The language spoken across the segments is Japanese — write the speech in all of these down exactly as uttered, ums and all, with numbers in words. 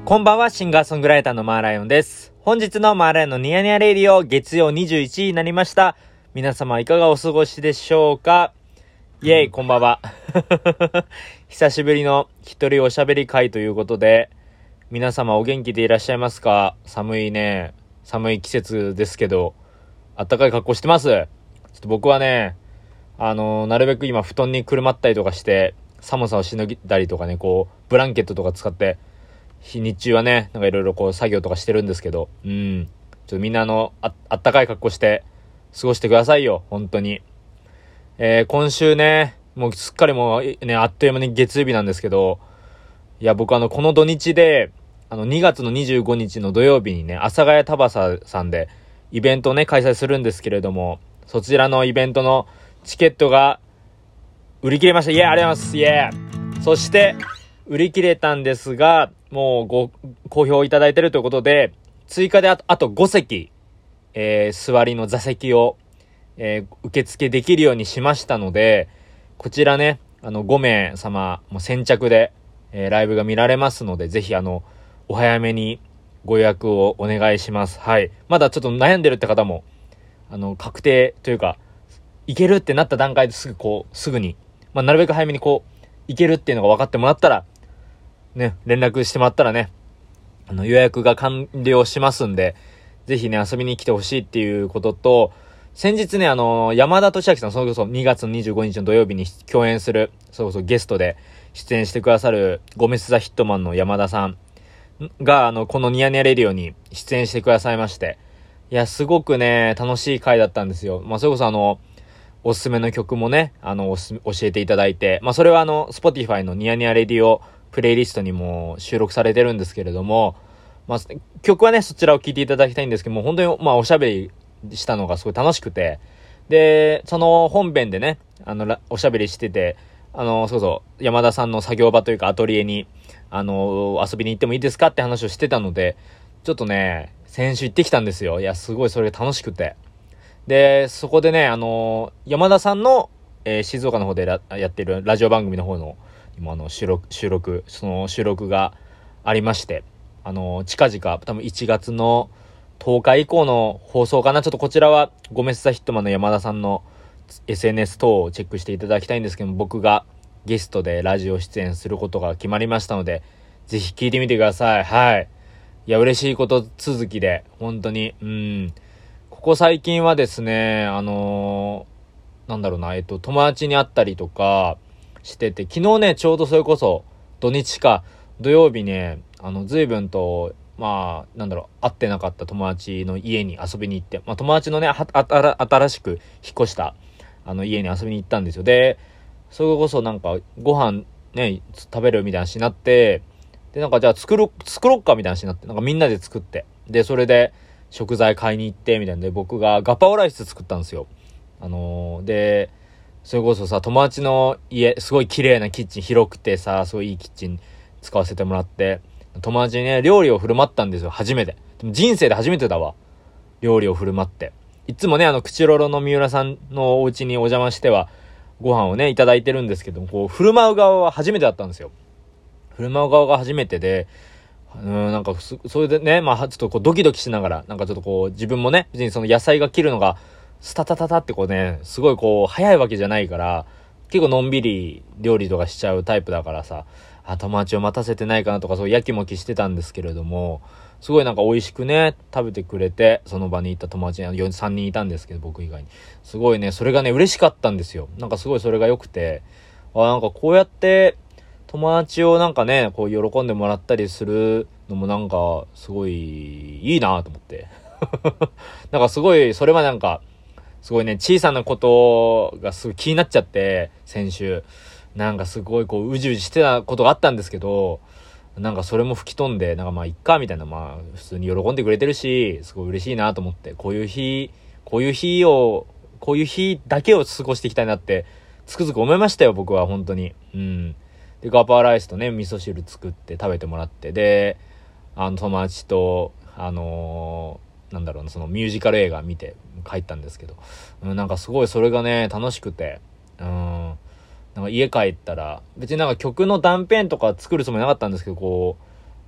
こんばんは、シンガーソングライターのマーライオンです。本日のマーライオンのニヤニヤレディオ、月曜にじゅういちじになりました。皆様いかがお過ごしでしょうか？イェイ、こんばんは。久しぶりの一人おしゃべり会ということで、皆様お元気でいらっしゃいますか？寒いね、寒い季節ですけど、あったかい格好してます。ちょっと僕はね、あのー、なるべく今布団にくるまったりとかして、寒さをしのぎたりとかね、こう、ブランケットとか使って、日中はね、なんかいろいろこう作業とかしてるんですけど、うん。ちょっとみんなあの、あ、あったかい格好して過ごしてくださいよ、本当に。えー、今週ね、もうすっかりもうね、あっという間に月曜日なんですけど、いや、僕あの、この土日で、あの、にがつのにじゅうごにちの土曜日にね、阿佐ヶ谷タバサさんでイベントをね、開催するんですけれども、そちらのイベントのチケットが売り切れました。イエー、ありがとうございます。イエー。そして、売り切れたんですが、もうご好評いただいているということで、追加であと、あとごせき、えー、座りの座席を、えー、受付できるようにしましたので、こちらね、あのごめい様、もう先着で、えー、ライブが見られますので、ぜひあの、お早めにご予約をお願いします。はい。まだちょっと悩んでるって方も、あの、確定というか、いけるってなった段階ですぐこう、すぐに、まあ、なるべく早めにこう、いけるっていうのが分かってもらったら、ね、連絡してもらったらね、あの予約が完了しますんで、ぜひね、遊びに来てほしいっていうことと、先日ね、あの、山田俊明さん、それこそにがつのにじゅうごにちの土曜日に共演する、それこそゲストで出演してくださる、ゴメスザヒットマンの山田さんが、あの、このニヤニヤレディオに出演してくださいまして、いや、すごくね、楽しい回だったんですよ。まあ、それこそあの、おすすめの曲もね、あの、教えていただいて、まあ、それはあの、Spotify のニヤニヤレディオプレイリストにも収録されてるんですけれども、まあ、曲はね、そちらを聴いていただきたいんですけども、本当に、まあ、おしゃべりしたのがすごい楽しくて、で、その本編でね、あの、おしゃべりしてて、あの、そうそう、山田さんの作業場というかアトリエに、あの、遊びに行ってもいいですかって話をしてたので、ちょっとね、先週行ってきたんですよ。いや、すごいそれ楽しくて。で、そこでね、あの、山田さんの、えー、静岡の方でやってるラジオ番組の方の、今あの収録、収録、その収録がありまして、あの、近々、多分いちがつのとおか以降の放送かな。ちょっとこちらは、ゴメスザヒットマンの山田さんの エスエヌエス 等をチェックしていただきたいんですけども、僕がゲストでラジオ出演することが決まりましたので、ぜひ聞いてみてください。はい。いや、嬉しいこと続きで、本当に、うん。ここ最近はですね、あのー、なんだろうな、えっと、友達に会ったりとかしてて、昨日ね、ちょうどそれこそ、土日か、土曜日ね、あの、随分と、まあ、なんだろう、会ってなかった友達の家に遊びに行って、まあ、友達のね、は、あたら、新しく引っ越した、あの、家に遊びに行ったんですよ。で、それこそなんか、ご飯ね、食べるみたいな話になって、で、なんか、じゃあ作ろ、作ろっかみたいな話になって、なんかみんなで作って、で、それで、食材買いに行ってみたいなんで、僕がガパオライス作ったんですよ。あのー、でそれこそさ、友達の家すごい綺麗なキッチン、広くてさ、すごいいいキッチン使わせてもらって、友達にね料理を振る舞ったんですよ。初めて。でも人生で初めてだわ、料理を振る舞って。いつもね、あの口ロロの三浦さんのお家にお邪魔してはご飯をねいただいてるんですけども、こう振る舞う側は初めてだったんですよ。振る舞う側が初めてで、うん、なんかそれでね、まあちょっとこうドキドキしながら、なんかちょっとこう自分もね、別にその野菜が切るのがスタタタタってこうね、すごいこう早いわけじゃないから、結構のんびり料理とかしちゃうタイプだからさ、あ、友達を待たせてないかなとか、そうやきもきしてたんですけれども、すごいなんか美味しくね食べてくれて、その場にいた友達にさんにんいたんですけど、僕以外にすごいね、それがね嬉しかったんですよ。なんかすごいそれが良くて、あ、なんかこうやって友達をなんかね、こう喜んでもらったりするのもなんかすごいいいなと思ってなんかすごいそれはなんかすごいね、小さなことがすごい気になっちゃって、先週なんかすごいこううじうじしてたことがあったんですけど、なんかそれも吹き飛んで、なんかまあいっかみたいな、まあ普通に喜んでくれてるし、すごい嬉しいなと思って、こういう日こういう日をこういう日だけを過ごしていきたいなってつくづく思いましたよ、僕は本当に。うん。でガパオライスとね味噌汁作って食べてもらって、であの友達とあのー、なんだろうな、そのミュージカル映画見て帰ったんですけど、うん、なんかすごいそれがね楽しくて、うん、なんか家帰ったら別になんか曲の断片とか作るつもりなかったんですけど、こ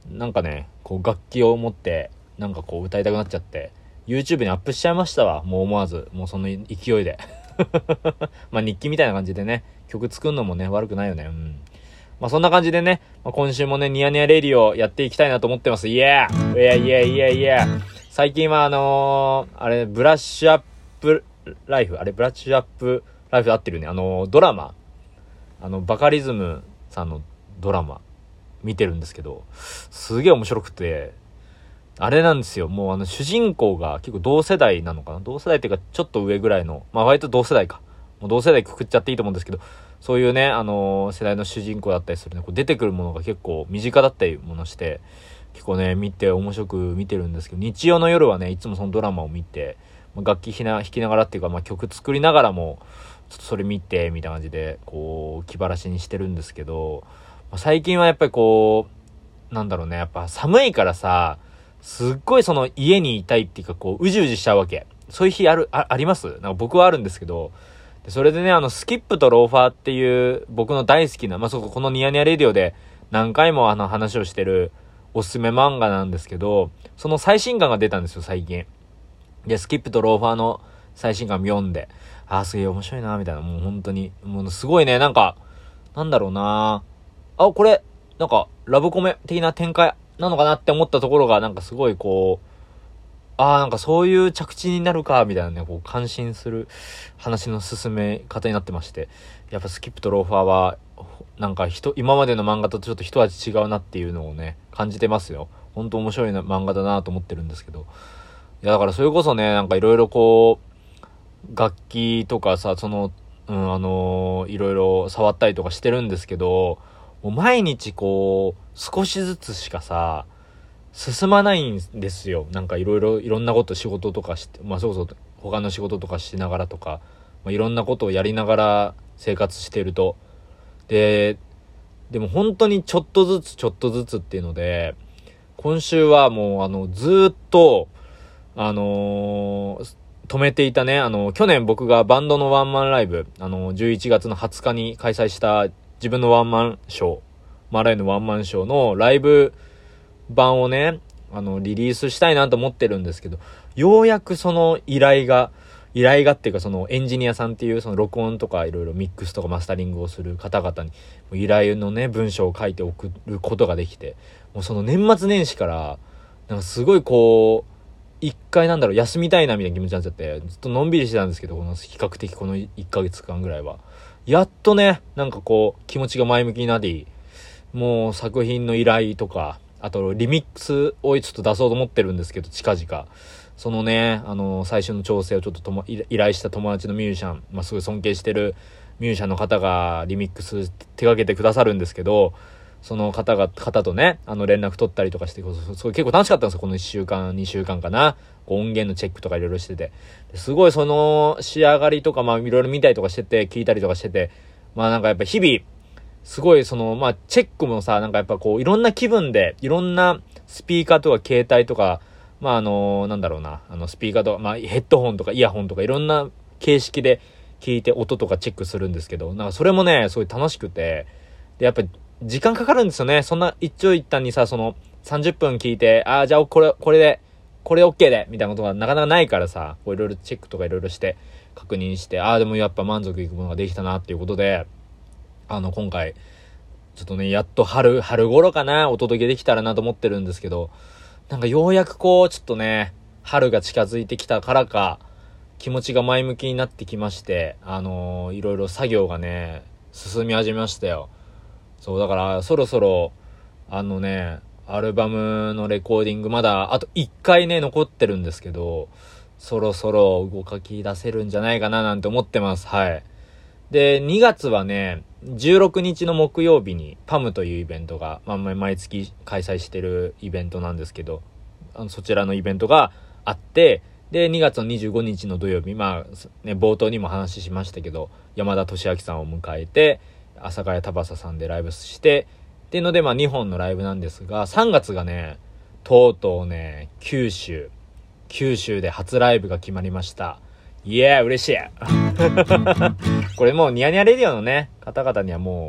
なんかね、こう楽器を持って、なんかこう歌いたくなっちゃって、YouTube にアップしちゃいましたわ。もう思わず、もうその勢いで。まあ日記みたいな感じでね、曲作るのもね、悪くないよね。うん。まあそんな感じでね、まあ、今週もね、ニヤニヤレディをやっていきたいなと思ってます。イエーイエーイエーイエーイエー最近はあのー、あれ、ブラッシュアップライフ、あれ、ブラッシュアップライフ合ってるね。あのー、ドラマ、あの、バカリズムさんのドラマ、見てるんですけど、すげえ面白くて、あれなんですよ。もうあの、主人公が結構同世代なのかな、同世代っていうか、ちょっと上ぐらいの、まあ割と同世代か。もう同世代くくっちゃっていいと思うんですけど、そういうね、あのー、世代の主人公だったりするね、こう出てくるものが結構身近だったりものして、結構ね、見て面白く見てるんですけど、日曜の夜はね、いつもそのドラマを見て、まあ、楽器弾きながらっていうか、まあ、曲作りながらも、ちょっとそれ見て、みたいな感じで、こう、気晴らしにしてるんですけど、まあ、最近はやっぱりこう、なんだろうね、やっぱ寒いからさ、すっごいその家にいたいっていうか、こう、うじうじしちゃうわけ。そういう日ある、あ、あります？なんか僕はあるんですけど、でそれでね、あの、スキップとローファーっていう僕の大好きな、まあ、そこ、このニヤニヤレディオで何回もあの話をしてるおすすめ漫画なんですけど、その最新刊が出たんですよ、最近。で、スキップとローファーの最新刊読んで、あーすげえ面白いな、みたいな、もう本当に、もうすごいね、なんか、なんだろうなあ、これ、なんか、ラブコメ的な展開なのかなって思ったところが、なんかすごいこう、ああ、なんかそういう着地になるか、みたいなね、こう感心する話の進め方になってまして。やっぱスキップとローファーは、なんか人、今までの漫画とちょっと一味違うなっていうのをね、感じてますよ。ほんと面白いな漫画だなと思ってるんですけど。いや、だからそれこそね、なんかいろいろこう、楽器とかさ、その、うん、あのー、いろいろ触ったりとかしてるんですけど、もう毎日こう、少しずつしかさ、進まないんですよ。なんかいろいろいろんなこと仕事とかして、まあそうそう他の仕事とかしながらとか、まあ、いろんなことをやりながら生活していると、ででも本当にちょっとずつちょっとずつっていうので、今週はもうあのずーっとあのー、止めていたね、あの去年僕がバンドのワンマンライブ、あのじゅういちがつのはつかに開催した自分のワンマンショー、マライのワンマンショーのライブ版をね、あの、リリースしたいなと思ってるんですけど、ようやくその依頼が、依頼がっていうかそのエンジニアさんっていうその録音とかいろいろミックスとかマスタリングをする方々に依頼のね、文章を書いて送ることができて、もうその年末年始から、なんかすごいこう、一回なんだろう、休みたいなみたいな気持ちになっちゃって、ずっとのんびりしてたんですけど、この比較的このいっかげつかんぐらいは。やっとね、なんかこう、気持ちが前向きになり、もう作品の依頼とか、あとリミックスをちょっと出そうと思ってるんですけど、近々そのね、あの最初の調整をちょっととも依頼した友達のミュージシャン、まあ、すごい尊敬してるミュージシャンの方がリミックス手掛けてくださるんですけど、その方が方とね、あの連絡取ったりとかして、すごい結構楽しかったんですよ。このいっしゅうかんにしゅうかんかな、こう音源のチェックとかいろいろしてて、すごいその仕上がりとか、まあいろいろ見たりとかしてて、聞いたりとかしてて、まあなんかやっぱ日々すごいその、まあ、チェックもさ、なんかやっぱこう、いろんな気分で、いろんなスピーカーとか携帯とか、まああの、なんだろうな、あの、スピーカーとか、まあ、ヘッドホンとかイヤホンとかいろんな形式で聞いて音とかチェックするんですけど、なんかそれもね、すごい楽しくて、で、やっぱ時間かかるんですよね。そんな一長一短にさ、その、さんじゅっぷん聞いて、ああ、じゃあこれ、これで、これ OK で、みたいなことがなかなかないからさ、こういろいろチェックとかいろいろして、確認して、ああ、でもやっぱ満足いくものができたなっていうことで、あの、今回、ちょっとね、やっと春、春頃かな、お届けできたらなと思ってるんですけど、なんかようやくこう、ちょっとね、春が近づいてきたからか、気持ちが前向きになってきまして、あのー、いろいろ作業がね、進み始めましたよ。そう、だから、そろそろ、あのね、アルバムのレコーディング、まだ、あといっかいね、残ってるんですけど、そろそろ動かき出せるんじゃないかななんて思ってます。はい。で、にがつはね、じゅうろくにちの木曜日にパムというイベントが、まあ、毎月開催してるイベントなんですけど、あのそちらのイベントがあって、で、にがつのにじゅうごにちの土曜日、まあ、ね、冒頭にも話しましたけど、山田俊明さんを迎えて、阿佐ヶ谷田正さんでライブして、っていうので、まあ、にほんのライブなんですが、さんがつがね、とうとうね、九州、九州で初ライブが決まりました。いやー嬉しいこれもうニヤニヤレディオのね方々にはもう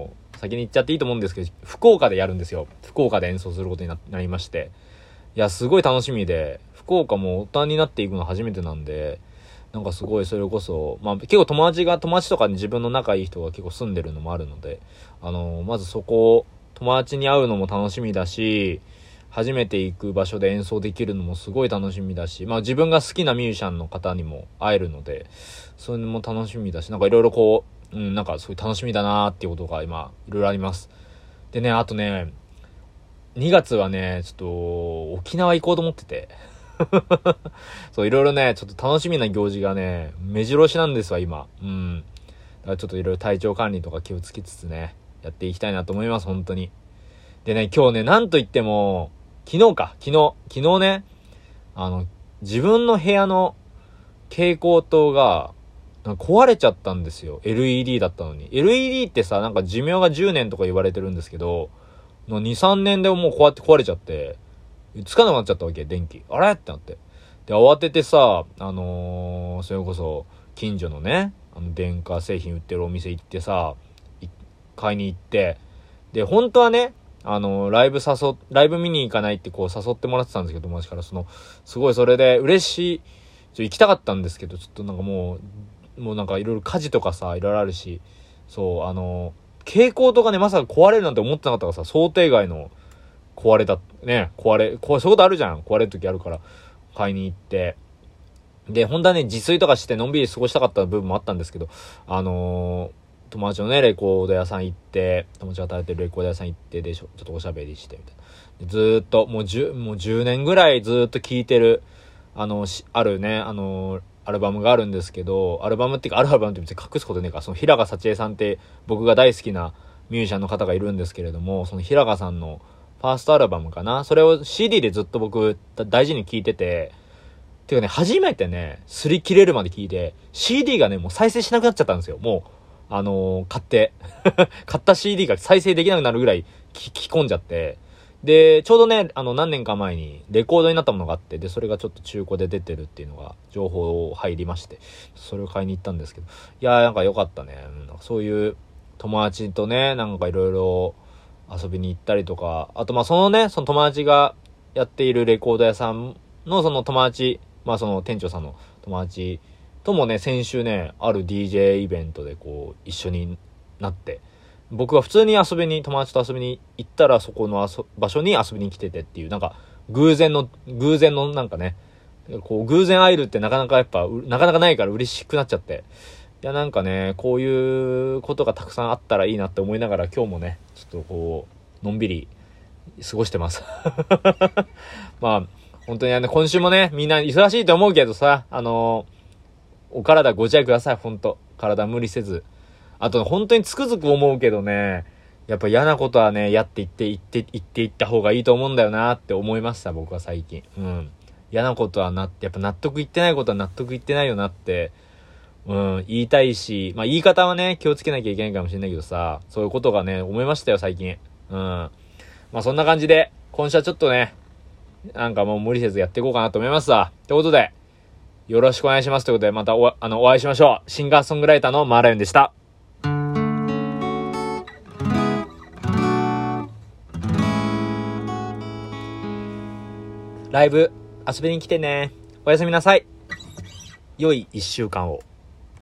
先に言っちゃっていいと思うんですけど、福岡でやるんですよ。福岡で演奏することに な, なりまして。いや、すごい楽しみで、福岡も大人になっていくの初めてなんで、なんかすごいそれこそ、まあ結構友達が、友達とかに自分の仲いい人が結構住んでるのもあるので、あのー、まずそこ、友達に会うのも楽しみだし、初めて行く場所で演奏できるのもすごい楽しみだし、まあ自分が好きなミュージシャンの方にも会えるので、それも楽しみだし、なんかいろいろこう、うん、なんかすごい楽しみだなーっていうことが今、いろいろあります。でね、あとね、にがつはね、ちょっと、沖縄行こうと思ってて。そう、いろいろね、ちょっと楽しみな行事がね、目白押しなんですわ、今。うん。だからちょっといろいろ体調管理とか気をつけつつね、やっていきたいなと思います、本当に。でね、今日ね、なんと言っても、昨日か、昨日、昨日ね、あの、自分の部屋の蛍光灯が、壊れちゃったんですよ。エルイーディー だったのに。エルイーディー ってさ、なんか寿命がじゅうねんとか言われてるんですけど、に、さんねんでもうこうやって壊れちゃって、つかなくなっちゃったわけ、電気。あれってなって。で、慌ててさ、あのー、それこそ、近所のね、あの、電化製品売ってるお店行ってさ、買いに行って、で、本当はね、あのー、ライブ誘、ライブ見に行かないってこう誘ってもらってたんですけど、友達から、その、すごいそれで嬉しい、ちょ行きたかったんですけど、ちょっとなんかもう、もうなんかいろいろ火事とかさ、いろいろあるし、そう、あのー、蛍光灯がね、まさか壊れるなんて思ってなかったからさ、想定外の壊れた、ね、壊れ、こう、そういうことあるじゃん。壊れる時あるから、買いに行って。で、本当はね、自炊とかしてのんびり過ごしたかった部分もあったんですけど、あのー、友達のね、レコード屋さん行って、友達が働いてるレコード屋さん行って、で、ちょっとおしゃべりして、みたいな。でずーっと、もうじゅう、もうじゅうねんぐらいずーっと聴いてる、あの、あるね、あのー、アルバムがあるんですけど、アルバムっていうか、あるアルバムって別に隠すことねえか、その平賀幸恵さんって僕が大好きなミュージシャンの方がいるんですけれども、その平賀さんのファーストアルバムかな、それを シーディー でずっと僕大事に聴いてて、てかね、初めてね、擦り切れるまで聴いて、シーディー がね、もう再生しなくなっちゃったんですよ。もう、あのー、買って。買った シーディー が再生できなくなるぐらい聞き込んじゃって。で、ちょうどね、あの、何年か前にレコードになったものがあって、で、それがちょっと中古で出てるっていうのが、情報入りまして、それを買いに行ったんですけど、いやーなんか良かったね。なんかそういう友達とね、なんかいろいろ遊びに行ったりとか、あとまあそのね、その友達がやっているレコード屋さんのその友達、まあその店長さんの友達ともね、先週ね、ある ディージェー イベントでこう、一緒になって、僕は普通に遊びに、友達と遊びに行ったら、そこの場所に遊びに来ててっていう、なんか、偶然の、偶然のなんかね、こう、偶然会えるってなかなかやっぱ、なかなかないから嬉しくなっちゃって。いや、なんかね、こういうことがたくさんあったらいいなって思いながら、今日もね、ちょっとこう、のんびり過ごしてます。まあ、本当にね、今週もね、みんな忙しいと思うけどさ、あのー、お体ご自愛ください、ほんと。体無理せず。あと、本当につくづく思うけどね、やっぱ嫌なことはね、やっていって、いって、いっていった方がいいと思うんだよなって思いました、僕は最近。うん。嫌なことはなって、やっぱ納得いってないことは納得いってないよなって、うん、言いたいし、まあ言い方はね、気をつけなきゃいけないかもしれないけどさ、そういうことがね、思いましたよ、最近。うん。まあそんな感じで、今週はちょっとね、なんかもう無理せずやっていこうかなと思いますわ。ってことで、よろしくお願いしますということで、またお、あの、お会いしましょう。シンガーソングライターのマーライオンでした。ライブ遊びに来てね。おやすみなさい。良い一週間を。